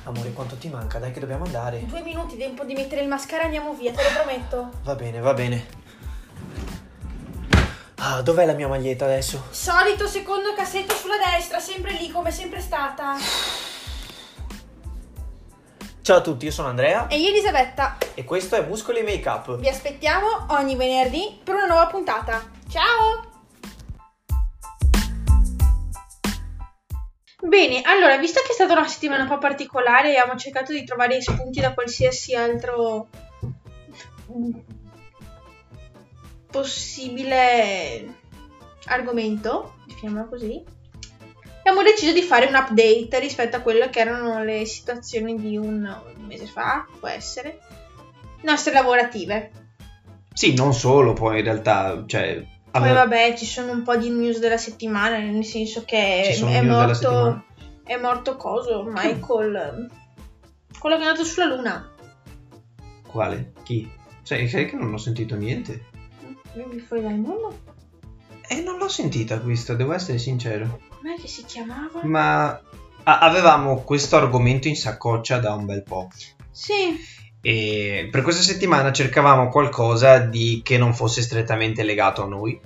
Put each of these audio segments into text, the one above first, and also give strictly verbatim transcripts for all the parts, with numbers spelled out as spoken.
Amore, quanto ti manca? Dai che dobbiamo andare. Due minuti, tempo di mettere il mascara, andiamo via, te lo prometto. Va bene, va bene. Ah, dov'è la mia maglietta adesso? Solito secondo cassetto sulla destra, sempre lì come sempre stata. Ciao a tutti, io sono Andrea. E io Elisabetta. E questo è Muscoli Make Up. Vi aspettiamo ogni venerdì per una nuova puntata. Ciao! Bene, allora, visto che è stata una settimana un po' particolare, abbiamo cercato di trovare spunti da qualsiasi altro possibile argomento, definiamolo così. Abbiamo deciso di fare un update rispetto a quello che erano le situazioni di un, un mese fa, può essere, nostre lavorative. Sì, non solo, poi in realtà, cioè... Poi vabbè, ci sono un po' di news della settimana, nel senso che Ci sono è news della morto, settimana? è morto coso, Michael, quello che è andato sulla Luna. Quale? Chi? Sai, sai che non ho sentito niente? Vivi fuori dal mondo? Eh, non l'ho sentita questa, devo essere sincero. Com'è che si chiamava? Ma ah, avevamo questo argomento in saccoccia da un bel po'. Sì. E per questa settimana cercavamo qualcosa di che non fosse strettamente legato a noi.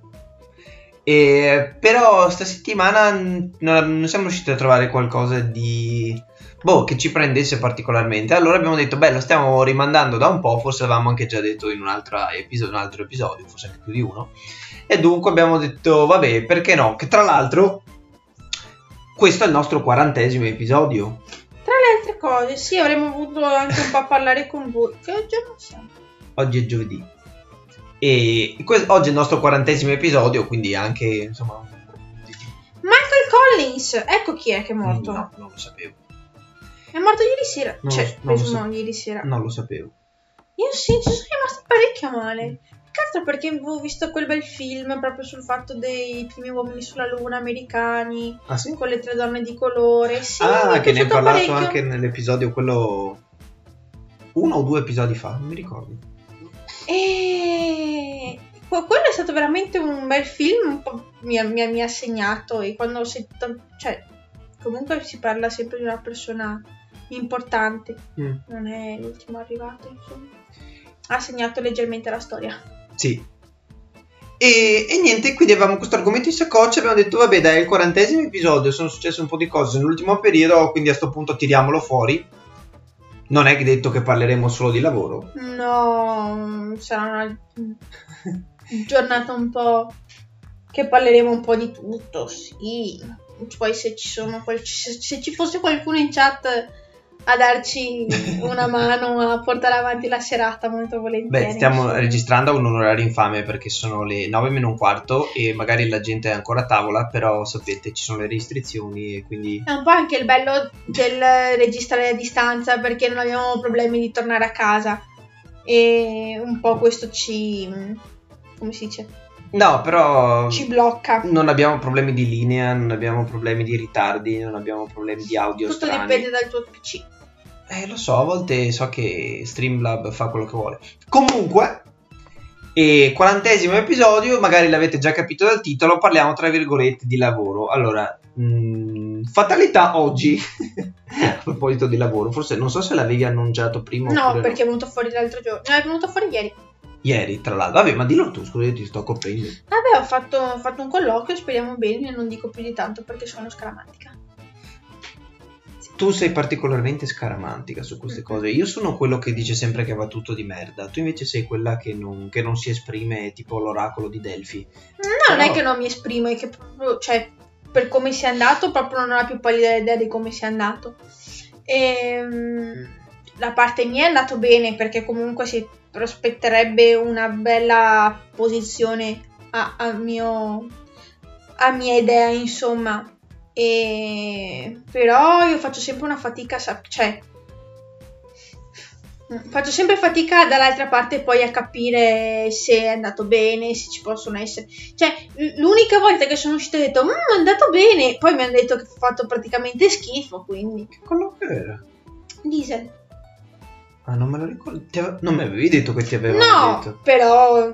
E però sta settimana non, non siamo riusciti a trovare qualcosa di boh, che ci prendesse particolarmente. Allora abbiamo detto, beh, lo stiamo rimandando da un po', forse l'avevamo anche già detto in un altro episodio, un altro episodio, forse anche più di uno. E dunque abbiamo detto, vabbè, perché no? Che tra l'altro questo è il nostro quarantesimo episodio. Tra le altre cose, sì, avremmo voluto anche un po' parlare con voi. Che oggi non siamo. Oggi è giovedì. E que- oggi è il nostro quarantesimo episodio, quindi anche, insomma... Michael Collins! Ecco chi è che è morto. No, non lo sapevo. È morto ieri sera. Non cioè, lo, non lo presumo sapevo. ieri sera. Non lo sapevo. Io sì, ci sono rimasta parecchio male. Cazzo, perché avevo visto quel bel film proprio sul fatto dei primi uomini sulla luna americani. Ah sì? Con le tre donne di colore. Sì, mi Ah, è che ne hai piaciuto parlato parecchio. anche nell'episodio quello... Uno o due episodi fa, non mi ricordo. E que- quello è stato veramente un bel film, un po' mi ha, mi ha- mi ha segnato. E quando ho sentito, cioè, comunque si parla sempre di una persona importante, Mm. non è l'ultimo arrivato, insomma. Ha segnato leggermente la storia. Sì. E, e niente, quindi avevamo questo argomento in saccoccia, abbiamo detto, vabbè dai, è il quarantesimo episodio, sono successe un po' di cose nell'ultimo periodo, quindi a sto punto tiriamolo fuori. Non è detto che parleremo solo di lavoro. No, sarà una giornata un po' che parleremo un po' di tutto, sì. Poi se ci sono qual- se, se ci fosse qualcuno in chat a darci una mano a portare avanti la serata, molto volentieri. Beh, stiamo insomma. registrando a un orario infame perché sono le nove meno un quarto e magari la gente è ancora a tavola, però sapete ci sono le restrizioni e quindi... È un po' anche il bello del registrare a distanza, perché non abbiamo problemi di tornare a casa e un po' questo ci... come si dice? No, però... Ci blocca. Non abbiamo problemi di linea, non abbiamo problemi di ritardi, non abbiamo problemi di audio Tutto strani. dipende dal tuo P C. Eh, lo so, a volte so che Streamlab fa quello che vuole. Comunque, e quarantesimo episodio, magari l'avete già capito dal titolo, parliamo tra virgolette di lavoro. Allora, mh, fatalità oggi, a proposito di lavoro, forse non so se l'avevi annunciato prima No, oppure perché è venuto fuori l'altro giorno. No, è venuto fuori ieri. ieri, tra l'altro. Vabbè, ma dillo tu, scusa, io ti sto coprendo. Vabbè, ho fatto, ho fatto un colloquio, speriamo bene, non dico più di tanto perché sono scaramantica. Tu sei particolarmente scaramantica su queste cose. Io sono quello che dice sempre che va tutto di merda. Tu invece sei quella che non, che non si esprime, tipo l'oracolo di Delfi. No, non Però- è che non mi esprimo, è che proprio, cioè, per come sia andato, proprio non ho la più pallida idea di come sia andato. Ehm, la parte mia è andato bene, perché comunque si prospetterebbe una bella posizione a, a mio, a mia idea, insomma. E però io faccio sempre una fatica, sa- cioè faccio sempre fatica dall'altra parte poi a capire se è andato bene, se ci possono essere, cioè l- l'unica volta che sono uscita ho detto mmm, è andato bene, poi mi hanno detto che ho fatto praticamente schifo, quindi Che colloquio era? Diesel. Ah, non me lo ricordo. Ti ave- Non mi avevi detto che ti avevano No, detto. però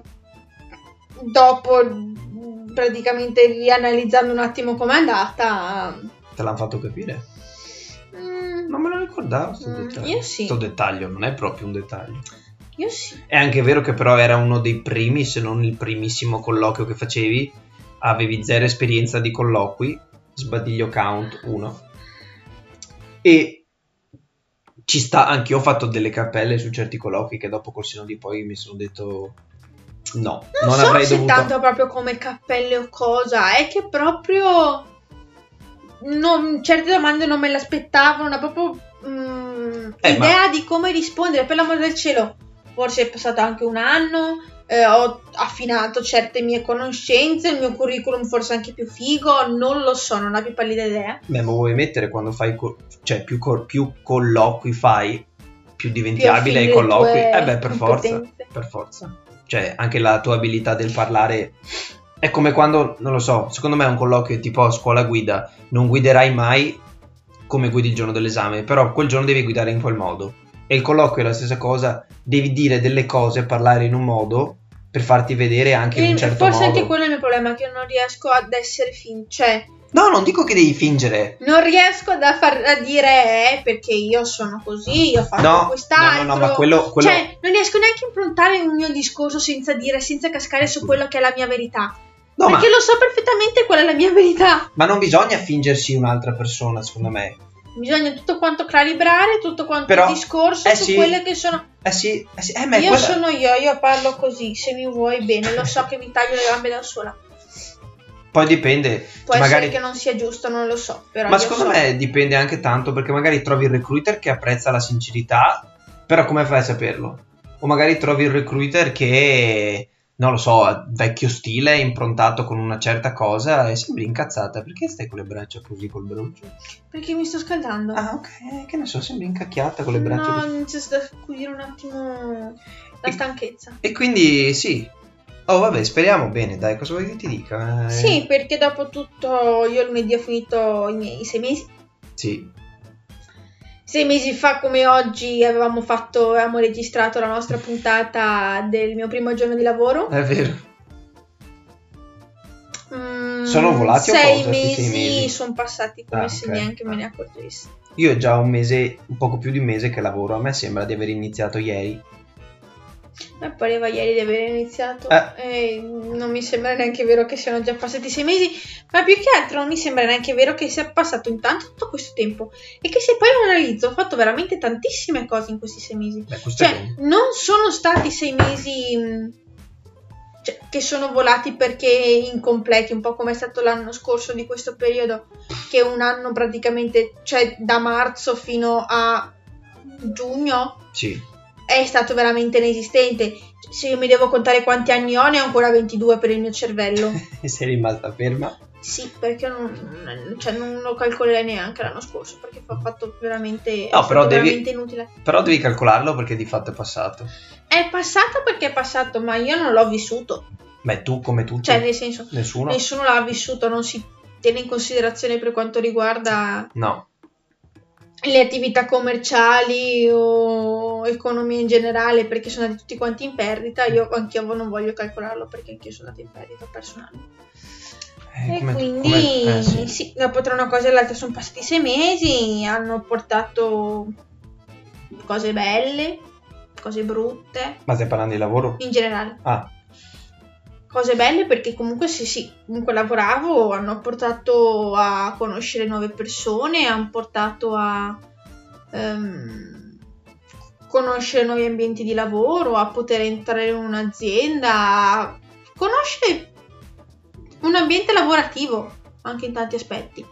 dopo praticamente rianalizzando un attimo com'è andata, Te l'hanno fatto capire? mm, Non me lo ricordo. ricordavo sto Mm, dettaglio. io sì. Sto dettaglio, non è proprio un dettaglio. Io sì. È anche vero che però era uno dei primi, se non il primissimo colloquio che facevi. Avevi zero esperienza di colloqui, sbadiglio count uno. E ci sta, anche io ho fatto delle cappelle su certi colloqui che dopo col seno di poi mi sono detto no, Non, non so avrei se dovuto. tanto proprio come cappelle o cosa, è che proprio non- certe domande non me le aspettavo, non ho proprio mm, Eh, idea ma- di come rispondere, per l'amor del cielo. Forse è passato anche un anno, eh, ho affinato certe mie conoscenze, il mio curriculum forse anche più figo, non lo so, non ho più pallida idea. Beh, ma vuoi mettere quando fai, co- cioè più, co- più colloqui fai, più diventi Più abile ai affini le colloqui. tue Eh beh, per forza, competenze. per forza. Cioè, anche la tua abilità del parlare è come quando, non lo so, secondo me è un colloquio tipo a scuola guida, non guiderai mai come guidi il giorno dell'esame, però quel giorno devi guidare in quel modo. E il colloquio è la stessa cosa, devi dire delle cose, parlare in un modo per farti vedere anche in E un certo forse modo. anche quello è il mio problema, che io non riesco ad essere fin, cioè No, non dico che devi fingere. non riesco da far a dire eh, perché io sono così, io ho fatto No, quest'altro. no, no, no, ma quello- quello- Cioè, non riesco neanche a improntare un mio discorso senza dire, senza cascare su quello che è la mia verità. No, ma, perché lo so perfettamente qual è la mia verità. ma non bisogna fingersi un'altra persona, secondo me. Bisogna tutto quanto calibrare, tutto quanto Però, il discorso eh su sì. quelle che sono. Eh sì, eh sì, eh, ma è Io quella- sono io, io parlo così, se mi vuoi bene, lo so che mi taglio le gambe da sola. Poi dipende. Può magari... essere che non sia giusto, non lo so. Però Ma io secondo so. me dipende anche tanto, perché magari trovi il recruiter che apprezza la sincerità, però come fai a saperlo? O magari trovi il recruiter che, non lo so, vecchio stile, improntato con una certa cosa e sembri incazzata. Perché stai con le braccia così col braccio? Perché mi sto scaldando. Ah, ok, che ne so, sembri incacchiata con le braccia No, così. necessito da accudire un attimo la E- stanchezza. E quindi sì. Oh vabbè, speriamo bene, dai, cosa vuoi che ti dica? Eh, Sì, perché dopo tutto io lunedì ho finito i miei sei mesi. Sì. Sei mesi fa come oggi avevamo fatto, avevamo registrato la nostra puntata del mio primo giorno di lavoro. È vero. Mm, Sono volati o sei cosa, sti mesi, sei mesi? sono passati come Ah, se ok. neanche me ne accorgessi. Io è già un mese, un poco più di un mese che lavoro, a me sembra di aver iniziato ieri. Mi pareva ieri di aver iniziato Eh. e non mi sembra neanche vero che siano già passati sei mesi, ma più che altro non mi sembra neanche vero che sia passato intanto tutto questo tempo e che se poi lo analizzo ho fatto veramente tantissime cose in questi sei mesi. Beh, questo è Cioè, bene. non sono stati sei mesi mh, cioè, che sono volati perché incompleti, un po' come è stato l'anno scorso di questo periodo, che un anno praticamente, cioè da marzo fino a giugno, Sì. è stato veramente inesistente. Se io mi devo contare quanti anni ho, ne ho ancora ventidue per il mio cervello. E sei rimasta ferma? Sì, perché non, cioè, non lo calcolerei neanche l'anno scorso, perché ho fatto veramente, è No, stato però devi- veramente inutile. Però devi calcolarlo perché di fatto è passato. È passato perché è passato, ma io non l'ho vissuto. Beh, tu come tutti. Cioè, nel senso, Nessuno? nessuno l'ha vissuto, non si tiene in considerazione per quanto riguarda No. le attività commerciali o economia in generale, perché sono andati tutti quanti in perdita. Io anch'io non voglio calcolarlo perché anch'io sono andata in perdita personale. Eh, E come- quindi come- eh, sì. sì, dopo tra una cosa e l'altra sono passati sei mesi, hanno portato cose belle, cose brutte, Ma stai parlando di lavoro? in generale. Ah, Cose belle perché comunque sì, sì, comunque lavoravo, hanno portato a conoscere nuove persone, hanno portato a ehm, conoscere nuovi ambienti di lavoro, a poter entrare in un'azienda, a conoscere un ambiente lavorativo anche in tanti aspetti.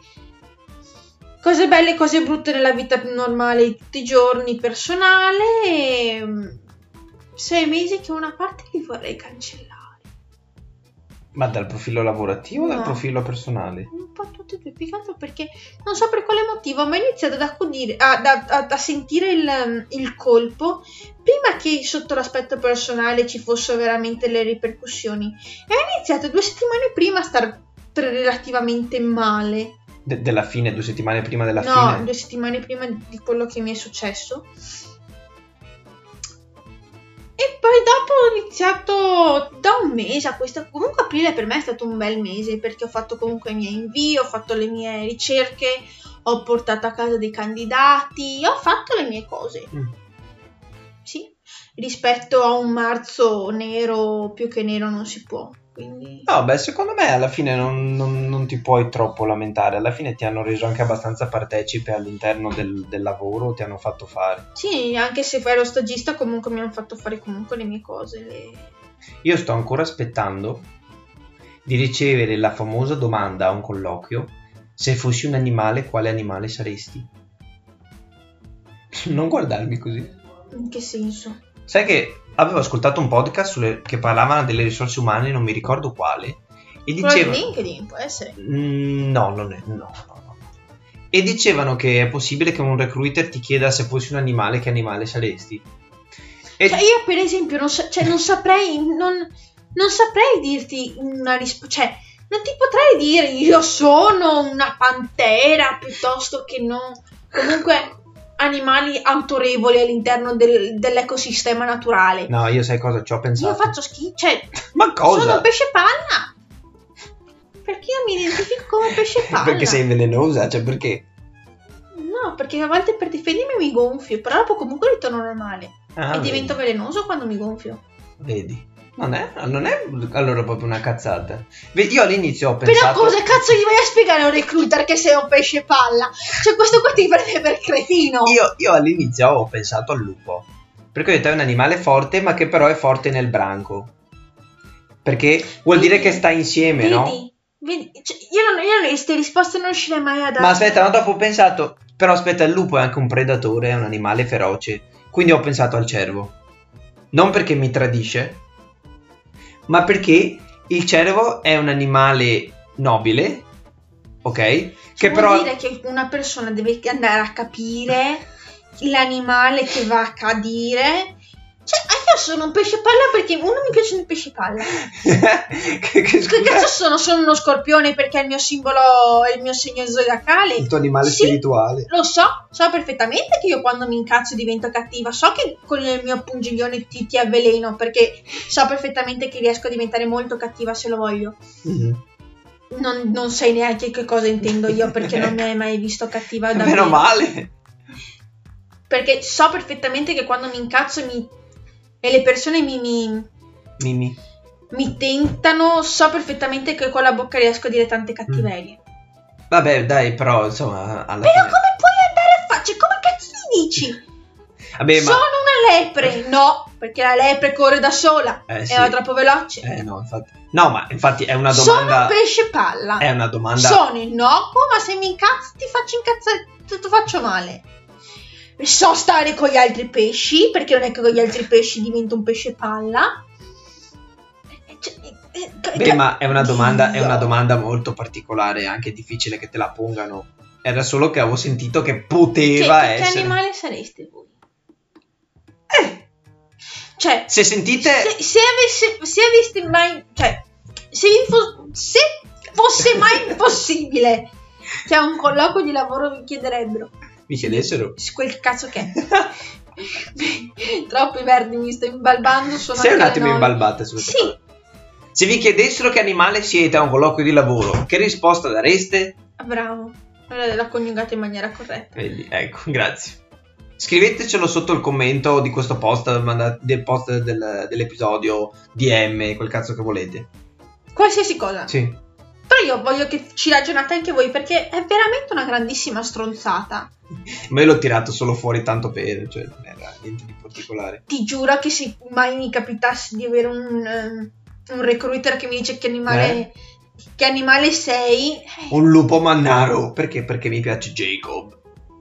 Cose belle e cose brutte nella vita normale di tutti i giorni, personale. E, mm, sei mesi che una parte li vorrei cancellare. ma dal profilo lavorativo o dal No. profilo personale? Un po' tutti e due, più che altro perché non so per quale motivo, ma ho iniziato ad accudire, a, a- a- a sentire il, il colpo prima che sotto l'aspetto personale ci fossero veramente le ripercussioni. E ho iniziato due settimane prima a star relativamente male. De- della fine, due settimane prima della no, fine? due settimane prima di quello che mi è successo. E poi dopo ho iniziato da un mese a questa. Comunque aprile per me è stato un bel mese perché ho fatto comunque i miei invii, ho fatto le mie ricerche, ho portato a casa dei candidati, ho fatto le mie cose. Mm. Sì, rispetto a un marzo nero, più che nero non si può. Quindi... No, beh, secondo me alla fine non, non- non ti puoi troppo lamentare. Alla fine ti hanno reso anche abbastanza partecipe all'interno del, del lavoro, ti hanno fatto fare. Sì, anche se ero stagista comunque mi hanno fatto fare comunque le mie cose. Le... Io sto ancora aspettando di ricevere la famosa domanda a un colloquio: se fossi un animale, quale animale saresti? Non guardarmi così. In che senso? Sai che avevo ascoltato un podcast sulle- che parlavano delle risorse umane, non mi ricordo quale, e Quello diceva... di LinkedIn può essere. Mm, no, non è, no, no, no. E dicevano che è possibile che un recruiter ti chieda se fossi un animale, che animale saresti. E Cioè, io per esempio non, sa- cioè, non saprei non, non saprei dirti una risposta, cioè non ti potrei dire io sono una pantera piuttosto che non, comunque animali autorevoli all'interno del- dell'ecosistema naturale. No, io sai cosa ci ho pensato? Io faccio schifo, cioè Ma cosa? sono un pesce palla, perché io mi identifico come pesce palla. Perché sei velenosa, cioè perché? No, perché a volte per difendermi mi gonfio, però dopo comunque ritorno normale. Ah, e vedi. divento velenoso quando mi gonfio. Vedi. Non è, non è allora proprio una cazzata. Vedi, io all'inizio ho Però pensato... cosa cazzo gli vai a spiegare a un recruiter che sei un pesce palla? Cioè questo qua ti prende per cretino. Io, io all'inizio ho pensato al lupo, perché ho detto è un animale forte, ma che però è forte nel branco. Perché vuol Vedi? dire che sta insieme, Vedi? no? Vedi? Cioè, io non, io queste risposte non riuscirei mai a dare. Ma aspetta, ma dopo ho pensato, però aspetta, il lupo è anche un predatore, è un animale feroce, quindi ho pensato al cervo. Non perché mi tradisce, ma perché il cervo è un animale nobile, ok? Cioè, Che vuol però... dire che una persona deve andare a capire l'animale che va a cadere. Cioè, io sono un pesce palla perché uno mi piacciono i pesci palla. che, che, Che scusa, cazzo sono? Sono uno scorpione perché è il mio simbolo, è il mio segno zodiacale. il tuo animale Sì, spirituale. lo so, so perfettamente che io quando mi incazzo divento cattiva. So che con il mio pungiglione ti, ti avveleno, perché so perfettamente che riesco a diventare molto cattiva se lo voglio. Mhm. Non, non sai neanche che cosa intendo io, perché non mi hai mai visto cattiva davvero. Meno male. Perché so perfettamente che quando mi incazzo mi... e le persone mi, mi, Mimi. mi tentano, so perfettamente che con la bocca riesco a dire tante cattiverie. Vabbè, dai, però insomma, alla Però fine... come puoi andare a fare? Cioè, come cazzo gli dici? Vabbè, ma... Sono una lepre! No, perché la lepre corre da sola. Eh, sì. Era troppo veloce. Eh, no, infatti... No, ma infatti è una Sono domanda... un pesce palla. È una domanda... Sono innocuo, ma se mi incazzo ti faccio incazzare, ti ti faccio male. So stare con gli altri pesci, perché non è che con gli altri pesci divento un pesce palla. Cioè, eh, eh, Beh, ma è una domanda, è Dio. una domanda molto particolare, anche difficile che te la pongano. Era solo che avevo sentito che Che, poteva che essere... animale sareste voi? Eh, Cioè, se sentite... se, se avesse, se aveste mai, cioè, se, vi fo- se fosse mai possibile, cioè un colloquio di lavoro vi chiederebbero Mi chiedessero... quel cazzo che è. Troppi verdi, mi sto imbalbando. Sono Sei un anche le attimo nove. imbalbata su queste Sì, cose. Se vi chiedessero che animale siete a un colloquio di lavoro, che risposta dareste? bravo. Allora, l'ha coniugata in maniera corretta. Vedi, ecco, grazie. Scrivetecelo sotto il commento di questo post, manda- del post del- dell'episodio, D M, quel cazzo che volete. Qualsiasi cosa. Sì. Però io voglio che ci ragionate anche voi, perché è veramente una grandissima stronzata. Ma io l'ho tirato solo fuori tanto per, cioè non era niente di particolare. Ti giuro che se mai mi capitasse di avere un, ehm, un recruiter che mi dice che animale, che animale sei, eh, Un lupo mannaro, perché? Perché mi piace Jacob.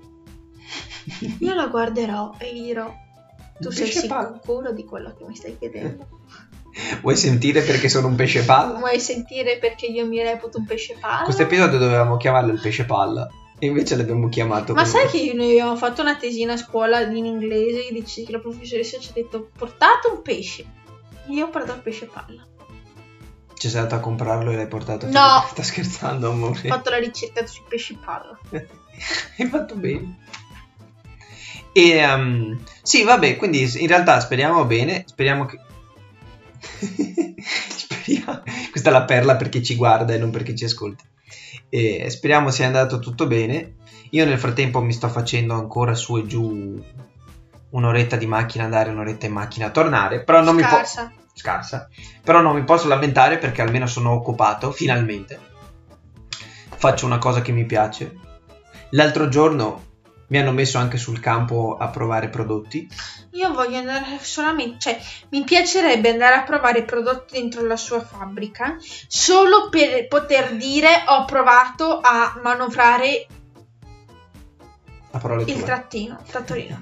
io la guarderò e gli dirò: tu Un sei pesce palla. sicuro di quello che mi stai chiedendo? Vuoi sentire perché sono un pesce palla? Vuoi sentire perché io mi reputo un pesce palla? Questo episodio dovevamo chiamarlo il pesce palla, e invece l'abbiamo chiamato Ma come- sai che noi abbiamo fatto una tesina a scuola in inglese e dice che la professoressa ci ha detto portate un pesce. Io ho portato il pesce palla. Ci sei andato a comprarlo e l'hai portato? No. Sta scherzando, amore. Ho fatto la ricetta sui pesci palla. Hai fatto bene. E um, sì, vabbè, quindi in realtà speriamo bene, speriamo che... speriamo... Questa è la perla per chi ci guarda e non per chi ci ascolta. E speriamo sia andato tutto bene. Io nel frattempo mi sto facendo ancora su e giù un'oretta di macchina andare, un'oretta in macchina tornare, però non Scarsa. mi posso scarsa, però non mi posso lamentare perché almeno sono occupato, finalmente. Faccio una cosa che mi piace. L'altro giorno mi hanno messo anche sul campo a provare prodotti. Io voglio andare solamente, cioè mi piacerebbe andare a provare prodotti dentro la sua fabbrica solo per poter dire ho provato a manovrare A parole il tue. trattino, trattorino.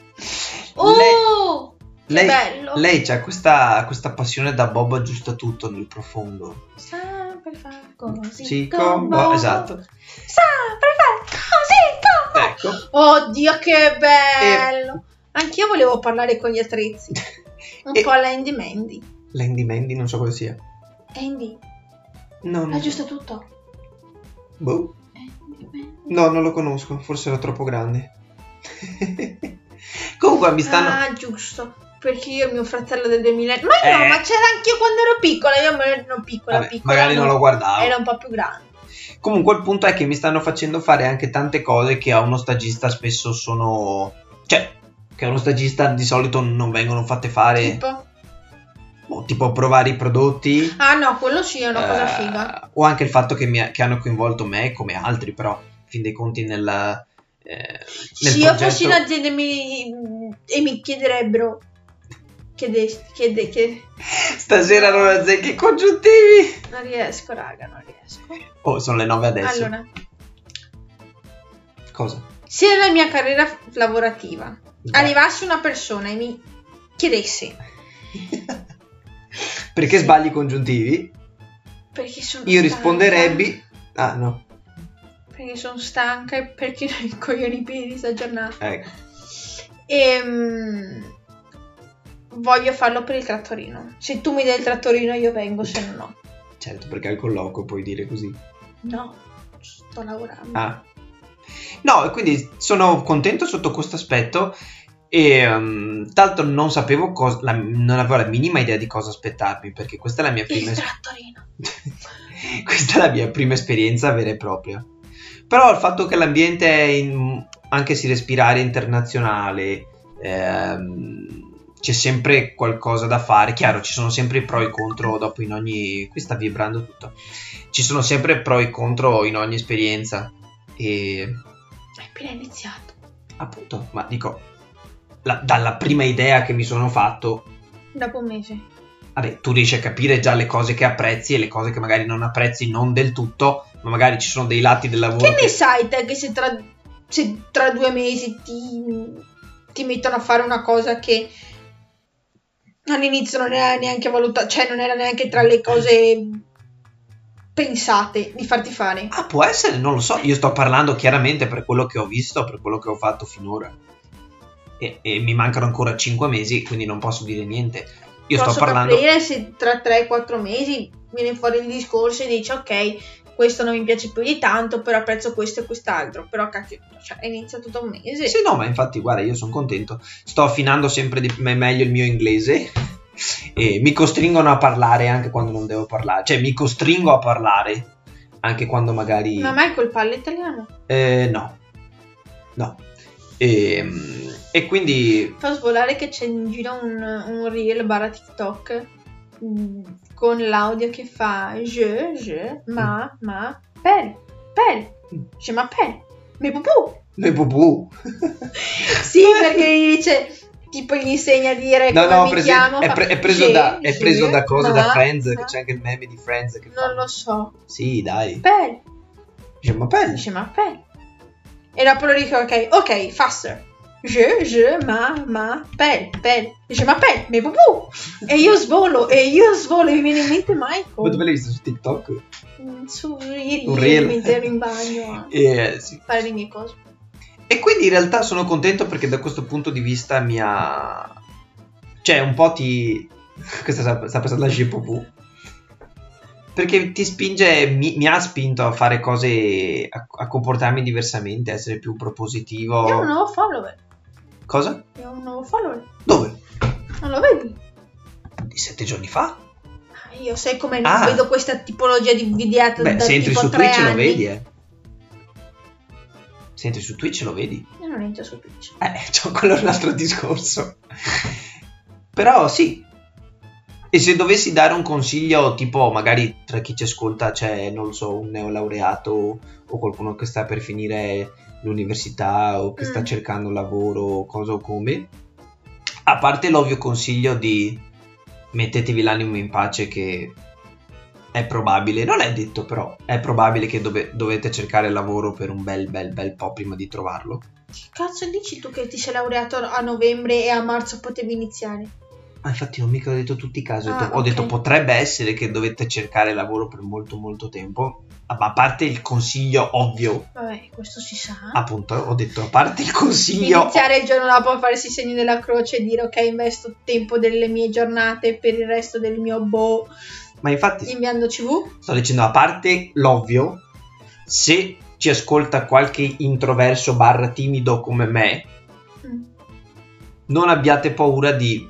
Oh, che lei, bello! Lei c'ha questa, questa passione da Bob aggiusta tutto nel profondo. Sempre fa così Sì, con con Bob. Bob, esatto. Sempre fa così con Bob. Ecco. Oddio, che bello! Anch'io volevo parlare con gli attrezzi. Un E- po' alla Andy Mandy. L'Andy Mandy non so cosa sia. Andy, No, no. aggiusta tutto. Boh. Andy Mandy. No, non lo conosco, forse ero troppo grande. Comunque mi stanno... Ah, giusto. Perché io e mio fratello del duemila. Ma no, Eh. ma c'era anch'io quando ero piccola. Io me- ero piccola, Vabbè, piccola. magari non lo guardavo. Era un po' più grande. Comunque il punto è che mi stanno facendo fare anche tante cose che a uno stagista spesso sono... Cioè, che a uno stagista di solito non vengono fatte fare. Tipo. Boh, tipo provare i prodotti. Ah no, quello sì è una cosa eh, figa. O anche il fatto che, mi, che hanno coinvolto me come altri, però, a fin dei conti, nel, eh, nel Se io progetto... fossi in azienda e mi, e mi chiederebbero. Chiede, chiede, chiede. Stasera non azzecchi i congiuntivi. Non riesco, raga, non riesco. Oh, sono le nove adesso. Allora, Cosa? se nella mia carriera lavorativa Dai. arrivasse una persona e mi chiedesse Perché Sì. sbagli i congiuntivi? perché sono Io stanca, risponderebbi... Ah, no. perché sono stanca e perché ho i coglioni pieni sta giornata. Ecco. E voglio farlo per il trattorino. Se tu mi dai il trattorino io vengo, se no no. Certo, perché al colloquio puoi dire così. No, sto lavorando. Ah. No, e quindi sono contento sotto questo aspetto e um, tanto non sapevo cosa, la- non avevo la minima idea di cosa aspettarmi, perché questa è la mia prima Il es- trattorino. questa è la mia prima esperienza vera e propria. Però il fatto che l'ambiente è in- anche si respirare internazionale, ehm, c'è sempre qualcosa da fare. Chiaro, ci sono sempre i pro e i contro dopo in ogni... Qui sta vibrando tutto. Ci sono sempre pro e contro in ogni esperienza. E Hai appena iniziato. appunto, ma dico, la- dalla prima idea che mi sono fatto, Dopo un mese. vabbè, tu riesci a capire già le cose che apprezzi e le cose che magari non apprezzi, non del tutto, ma magari ci sono dei lati del lavoro Che ne sai te che se tra, se tra due mesi ti, ti mettono a fare una cosa che all'inizio non era neanche valutata, cioè non era neanche tra le cose pensate di farti fare. Ah, può essere, non lo so. Io sto parlando chiaramente per quello che ho visto, per quello che ho fatto finora. E, e mi mancano ancora cinque mesi, quindi non posso dire niente. Io Posso sto parlando... capire se tra tre quattro mesi viene fuori il discorso e dici ok, questo non mi piace più di tanto, però apprezzo questo e quest'altro. Però cacchio, cioè, è iniziato da un mese. Sì, no, ma infatti, guarda, io sono contento. Sto affinando sempre di me- meglio il mio inglese. E mi costringono a parlare anche quando non devo parlare. Cioè, mi costringo a parlare anche quando magari... Ma Michael parla italiano? Eh, no. No. E, e quindi... Fa svolare che c'è in giro un, un reel barra TikTok mh, con l'audio che fa je, je, ma, ma, pel, pel, je m'appelle, me pupù. Noi pupù. Sì, perché gli dice, tipo gli insegna a dire No, come no, mi presi- chiamo. è, fa, pre- è preso je, da, è preso je, da cosa, ma, da Friends, ma. che c'è anche il meme di Friends che fa. Non lo so. Sì, dai. Pel, Je m'appelle. je m'appelle. E dopo lo dico, ok, ok, faster. Je, je, ma, ma, pel, pel. Je m'appelle, me pupù. E io svolo, e io svolo, e mi viene in mente Ma Michael. dove l'hai visto su TikTok? Mm, Su ieri, Un ieri reel. mentre ero in bagno a Eh, sì. fare le mie cose. E quindi in realtà sono contento perché da questo punto di vista mi ha... Cioè, un po' ti... Questa sta, sta passando la G-Pupù. Perché ti spinge, mi, mi ha spinto a fare cose, a, a comportarmi diversamente, a essere più propositivo. Io ho un nuovo follower. Cosa? Io ho un nuovo follower. Dove? Non lo vedi? Di sette giorni fa? Ah, io sai come non Ah. vedo questa tipologia di video da, Beh, da se entri tipo su tre Twitch anni. lo vedi, eh. Se entri su Twitch lo vedi. Io non entro su Twitch. Eh, cioè, quello è un altro discorso. Però sì. E se dovessi dare un consiglio, tipo magari tra chi ci ascolta c'è, non lo so, un neolaureato o qualcuno che sta per finire l'università o che Mm. sta cercando lavoro o cosa o come, a parte l'ovvio consiglio di mettetevi l'animo in pace che è probabile, non è detto però, è probabile che dove- dovete cercare lavoro per un bel bel bel po' prima di trovarlo. Che cazzo dici tu che ti sei laureato a novembre e a marzo potevi iniziare? Ma infatti non mica ho detto tutti i casi, ho, Ah, detto, ho ok. detto potrebbe essere che dovete cercare lavoro per molto molto tempo, ma a parte il consiglio ovvio, Vabbè, questo si sa. appunto ho detto a parte il consiglio, Iniziare il giorno dopo a farsi i segni della croce e dire ok, investo tempo delle mie giornate per il resto del mio boh ma infatti inviando C V. sto dicendo a parte l'ovvio, se ci ascolta qualche introverso barra timido come me, Mm. non abbiate paura di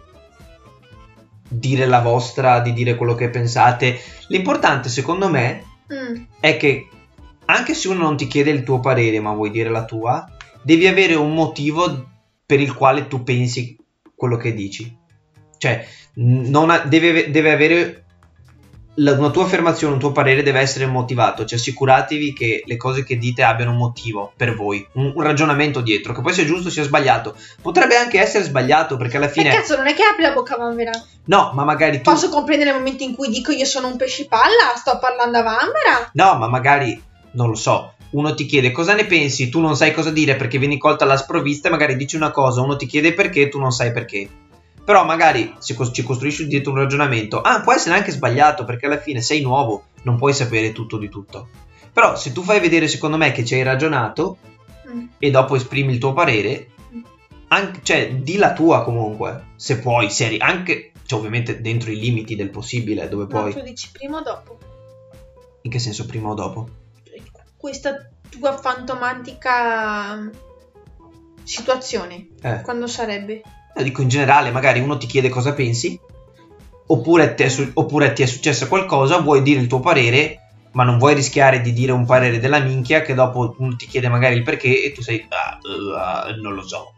dire la vostra, di dire quello che pensate. L'importante secondo me Mm. è che anche se uno non ti chiede il tuo parere ma vuoi dire la tua, devi avere un motivo per il quale tu pensi quello che dici. Cioè, non ha- deve, deve avere la- una tua affermazione, un tuo parere deve essere motivato. Cioè, assicuratevi che le cose che dite abbiano un motivo per voi, un, un ragionamento dietro, che poi sia giusto sia sbagliato. Potrebbe anche essere sbagliato perché alla Ma fine... cazzo, non è che apri la bocca a vanvera. No, ma magari tu... Posso comprendere il momento in cui dico io sono un pesci palla, sto parlando a vanvera. No, ma magari, non lo so, uno ti chiede cosa ne pensi, tu non sai cosa dire perché vieni colta alla sprovvista e magari dici una cosa, uno ti chiede perché, tu non sai perché. Però magari se cos- ci costruisci dietro un ragionamento, ah, può essere anche sbagliato perché alla fine sei nuovo, non puoi sapere tutto di tutto. Però se tu fai vedere secondo me che ci hai ragionato Mm. e dopo esprimi il tuo parere, anche, cioè di la tua comunque, se puoi, se eri anche, cioè ovviamente dentro i limiti del possibile, dove No, puoi, tu dici prima o dopo? in che senso prima o dopo? Questa tua fantomatica situazione, Eh. quando sarebbe? No, dico in generale, magari uno ti chiede cosa pensi, oppure ti, è su- oppure ti è successo qualcosa, vuoi dire il tuo parere, ma non vuoi rischiare di dire un parere della minchia che dopo uno ti chiede magari il perché e tu sei, ah, uh, ah, non lo so.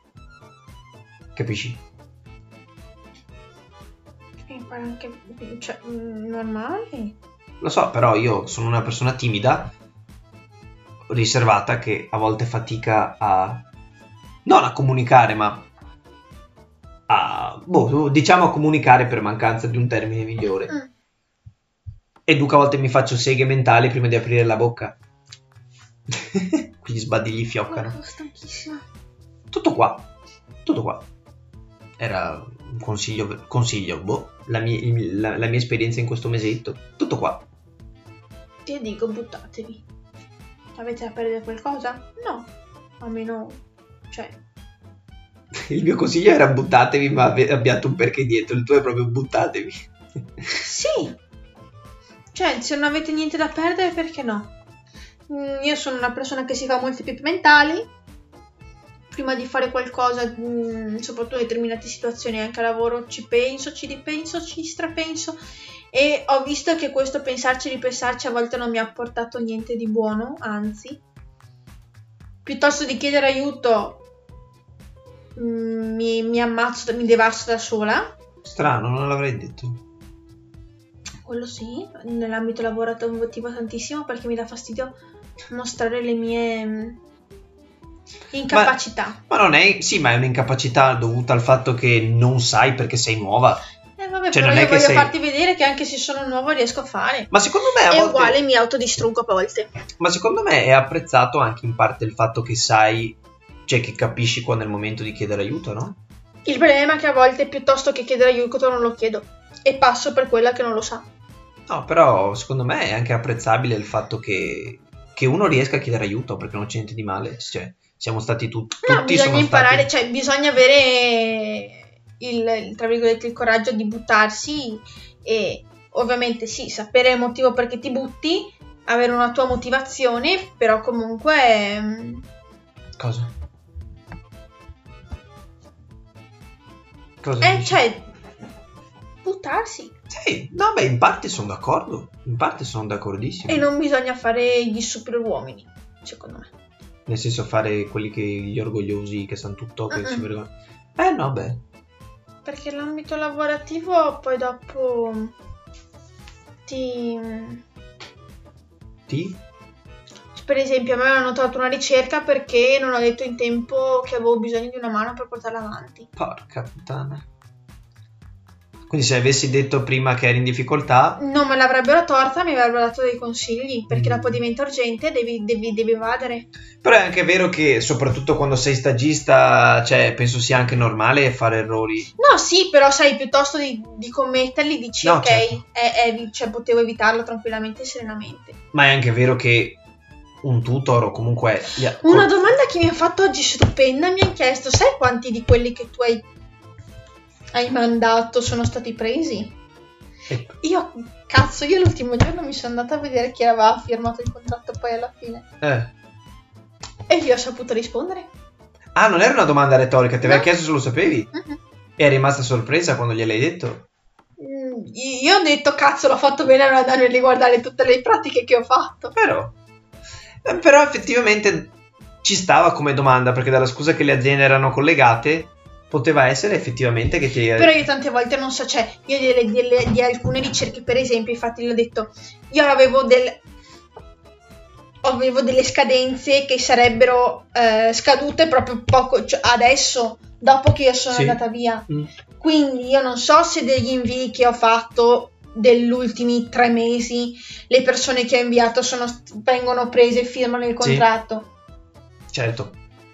Capisci? Mi pare anche, cioè, mm, normale. Lo so, però io sono una persona timida, riservata, che a volte fatica a... non a comunicare, ma a... boh, diciamo a comunicare per mancanza di un termine migliore. Mm. E Duca a volte mi faccio seghe mentali prima di aprire la bocca. Quegli sbadigli fioccano. Sono stanchissima. Tutto qua. Tutto qua. Era un consiglio, consiglio, boh, la mia, il- la- la mia esperienza in questo mesetto. Tutto qua. Io dico buttatevi. Avete da perdere qualcosa? No. Almeno, cioè, Il mio consiglio era buttatevi, ma ave- abbiate un perché dietro. Il tuo è proprio buttatevi. sì. Cioè, se non avete niente da perdere, perché no? Mm, io sono una persona che si fa molti pipi mentali. Prima di fare qualcosa, mm, soprattutto in determinate situazioni, anche a lavoro, ci penso, ci ripenso, ci strapenso. E ho visto che questo pensarci e ripensarci a volte non mi ha portato niente di buono, anzi. Piuttosto di chiedere aiuto, mm, mi, mi ammazzo, mi devasto da sola. Strano, non l'avrei detto. Quello sì, nell'ambito lavorativo tantissimo perché mi dà fastidio mostrare le mie mm, incapacità. Ma non è... Sì, ma è un'incapacità dovuta al fatto che non sai perché sei nuova. Eh vabbè, Cioè, però non è io che voglio sei- farti vedere che anche se sono nuovo riesco a fare. Ma secondo me a È volte... uguale, mi autodistruggo a volte. Ma secondo me è apprezzato anche in parte il fatto che sai, cioè che capisci quando è il momento di chiedere aiuto, no? Il problema è che a volte piuttosto che chiedere aiuto non lo chiedo e passo per quella che non lo sa. No, però secondo me è anche apprezzabile il fatto che, che uno riesca a chiedere aiuto, perché non c'è niente di male. Cioè, siamo stati tu- tutti... No, bisogna sono imparare, stati- cioè bisogna avere il, il, tra virgolette, il coraggio di buttarsi e ovviamente sì, sapere il motivo perché ti butti, avere una tua motivazione, però comunque... mm, Cosa? Cosa Eh, dici? cioè, buttarsi. Sì, no, beh, in parte sono d'accordo. In parte sono d'accordissimo. E non bisogna fare gli super uomini, secondo me. Nel senso fare quelli che gli orgogliosi che sanno tutto, che Mm-mm. si vergognano. Eh no, beh. Perché l'ambito lavorativo poi dopo ti... Ti? Per esempio, a me hanno trovato una ricerca perché non ho detto in tempo che avevo bisogno di una mano per portarla avanti. Porca puttana. Quindi se avessi detto prima che eri in difficoltà... Non me l'avrebbero torta, mi avrebbero dato dei consigli, perché Mm. dopo diventa urgente, devi, devi, devi evadere. Però è anche vero che soprattutto quando sei stagista, cioè, penso sia anche normale fare errori. No, sì, però sai, piuttosto di, di commetterli, dici No, ok, certo. è- è- cioè, potevo evitarlo tranquillamente e serenamente. Ma è anche vero che un tutor o comunque... Una domanda che mi ha fatto oggi stupenda, mi ha chiesto, sai quanti di quelli che tu hai, hai mandato sono stati presi? Eh, Io, cazzo, io l'ultimo giorno mi sono andata a vedere chi aveva firmato il contratto poi alla fine. eh. E gli ho saputo rispondere. Ah, non era una domanda retorica, ti aveva No. chiesto se lo sapevi? Mhm. E è rimasta sorpresa quando gliel'hai detto? Mm, Io ho detto, cazzo, l'ho fatto bene a non andare a riguardare tutte le pratiche che ho fatto. Però... eh, però effettivamente ci stava come domanda, perché dalla scusa che le aziende erano collegate, poteva essere effettivamente che ti... Però io tante volte non so, cioè, io delle, delle- di alcune ricerche, per esempio, infatti l'ho detto, io avevo del... avevo delle scadenze che sarebbero eh, scadute proprio poco, cioè adesso, dopo che io sono Sì. andata via. Mm. Quindi io non so se degli invii che ho fatto degli ultimi tre mesi, le persone che ho inviato sono, vengono prese e firmano il Sì. contratto. Certo.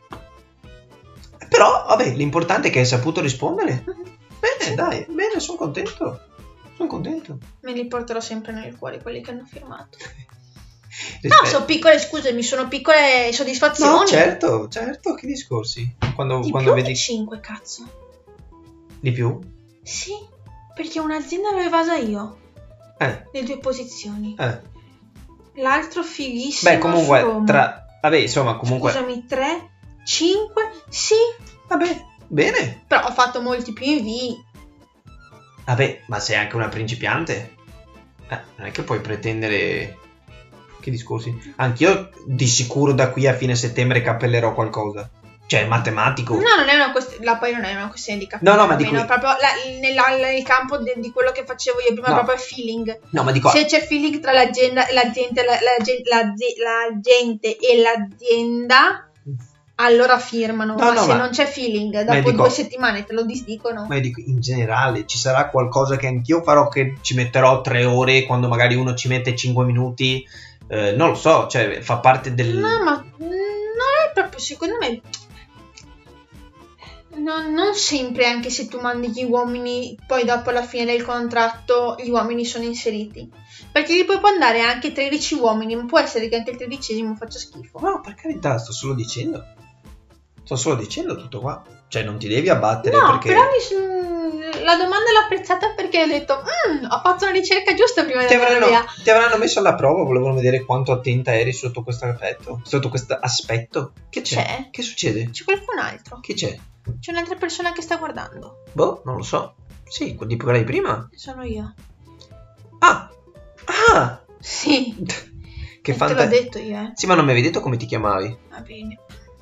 Però, vabbè, l'importante è che hai saputo rispondere. Bene, dai, bene, sono contento. Sono contento. Me li porterò sempre nel cuore quelli che hanno firmato. No, Rispetto- sono piccole, scusami, sono piccole soddisfazioni. No, certo, certo, che discorsi. Quando, Di quando più vedi di cinque, cazzo. di più? Sì, perché un'azienda l'ho evasa io, Eh, le due posizioni. eh. L'altro fighissimo Beh, comunque, su Roma. tra... Vabbè, insomma, comunque... Scusami, tre, cinque, sì, Vabbè, bene. però ho fatto molti più invii. Vabbè, ma sei anche una principiante. Eh, non è che puoi pretendere... Che discorsi? Anch'io di sicuro da qui a fine settembre cappellerò qualcosa. Cioè, matematico. No, non è una questione, la poi non è una questione di capire. No, no, ma di almeno, cui- proprio la- nella- nel campo de- di quello che facevo io prima, No. proprio feeling. No, ma dico... Se c'è feeling tra l'azienda, la gente, la, la gen- la zi- la gente e l'azienda, allora firmano. No, ma no, se ma- non c'è feeling, ma dopo dico- due settimane te lo disdicono. Ma io dico, in generale, ci sarà qualcosa che anch'io farò che ci metterò tre ore quando magari uno ci mette cinque minuti. Eh, non lo so, cioè, fa parte del... No, ma mm, non è proprio, secondo me. Non, non sempre, anche se tu mandi gli uomini, poi dopo alla fine del contratto gli uomini sono inseriti. Perché gli puoi mandare anche tredici uomini, ma può essere che anche il tredicesimo faccia schifo. No, per carità, sto solo dicendo. Sto solo dicendo tutto qua. Cioè, non ti devi abbattere No, perché... però mi s- la domanda l'ho apprezzata perché ho detto, "Mm, ho fatto una ricerca giusta prima di Ti andare avranno, via." ti avranno messo alla prova, volevano vedere quanto attenta eri sotto questo aspetto. Sotto questo aspetto. Che c'è? C'è? Che succede? C'è qualcun altro? Che c'è? C'è un'altra persona che sta guardando. Boh, non lo so. Sì, quelli che parlai prima. Sono io. Ah! Ah! Sì, Che te l'ho fantasia. detto io, eh. Sì, ma non mi avevi detto come ti chiamavi. Va bene.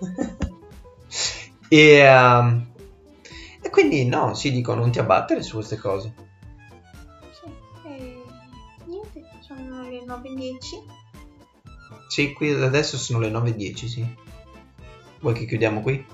e, ehm, e quindi no, sì, dico, non ti abbattere su queste cose. Sì, e niente, sono le nove e dieci. Sì, qui adesso sono le nove e dieci, sì. Vuoi che chiudiamo qui?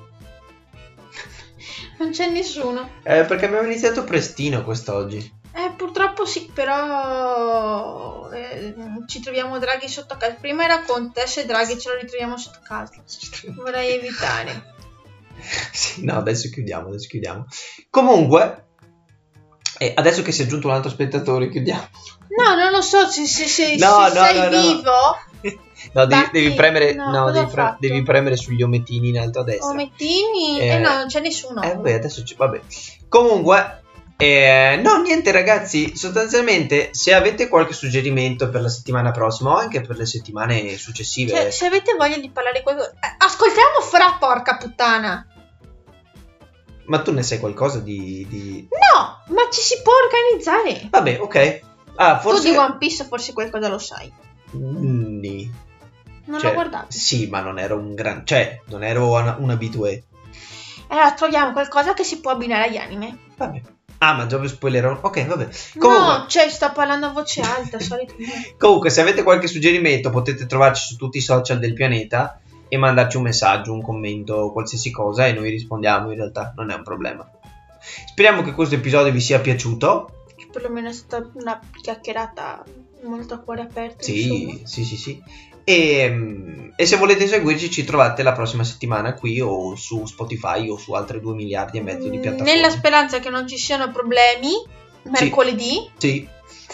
Non c'è nessuno. Eh, perché abbiamo iniziato prestino quest'oggi. Eh, purtroppo sì, però eh, ci troviamo Draghi sotto casa. Prima era Conte, adesso è Draghi, ce lo ritroviamo sotto casa. Vorrei evitare. Sì, no, adesso chiudiamo, adesso chiudiamo. Comunque, eh, adesso che si è aggiunto un altro spettatore, chiudiamo. No, non lo so, se, se, se, No, se no, sei no, no. vivo, No, devi, Batti- devi premere, no, no, cosa devi, ho pre- fatto? devi premere sugli omettini in alto a destra. omettini, Eh, eh, no, non c'è nessuno. Eh, beh, adesso c'è, vabbè. Comunque, eh, no, niente ragazzi, sostanzialmente, se avete qualche suggerimento per la settimana prossima o anche per le settimane successive, Cioè, se avete voglia di parlare di qualcosa, eh, ascoltiamo fra, porca puttana. Ma tu ne sai qualcosa di... di... No, ma ci si può organizzare. Vabbè, ok. Ah, forse... Tu di One Piece forse qualcosa lo sai. Nì. Non Cioè, l'ho guardato. Sì, ma non ero un gran... Cioè, non ero una, un abitué. Allora troviamo qualcosa che si può abbinare agli anime. Vabbè. Ah, ma già vi spoilerò. Ok, vabbè. Comunque... No, cioè sto parlando a voce alta, solitamente. Comunque, se avete qualche suggerimento potete trovarci su tutti i social del pianeta e mandarci un messaggio, un commento, qualsiasi cosa e noi rispondiamo, in realtà non è un problema. Speriamo che questo episodio vi sia piaciuto. Che perlomeno è stata una chiacchierata molto a cuore aperto. Sì, insomma. sì, sì, sì. E, e se volete seguirci ci trovate la prossima settimana qui o su Spotify o su altre due miliardi e mezzo di piattaforme. Nella speranza che non ci siano problemi, mercoledì. Sì.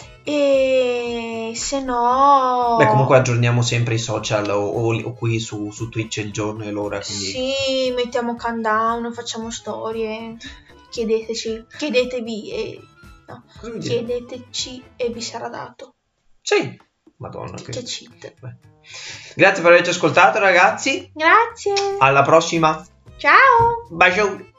E se no... Beh, comunque aggiorniamo sempre i social o, o, o qui su, su Twitch il giorno e l'ora. Quindi... Sì, mettiamo countdown, facciamo storie. Chiedeteci, chiedetevi e... No, chiedeteci e vi sarà dato. Sì. Madonna. Che, che cheat. Beh. Grazie per averci ascoltato, ragazzi. Grazie. Alla prossima. Ciao. Bacio.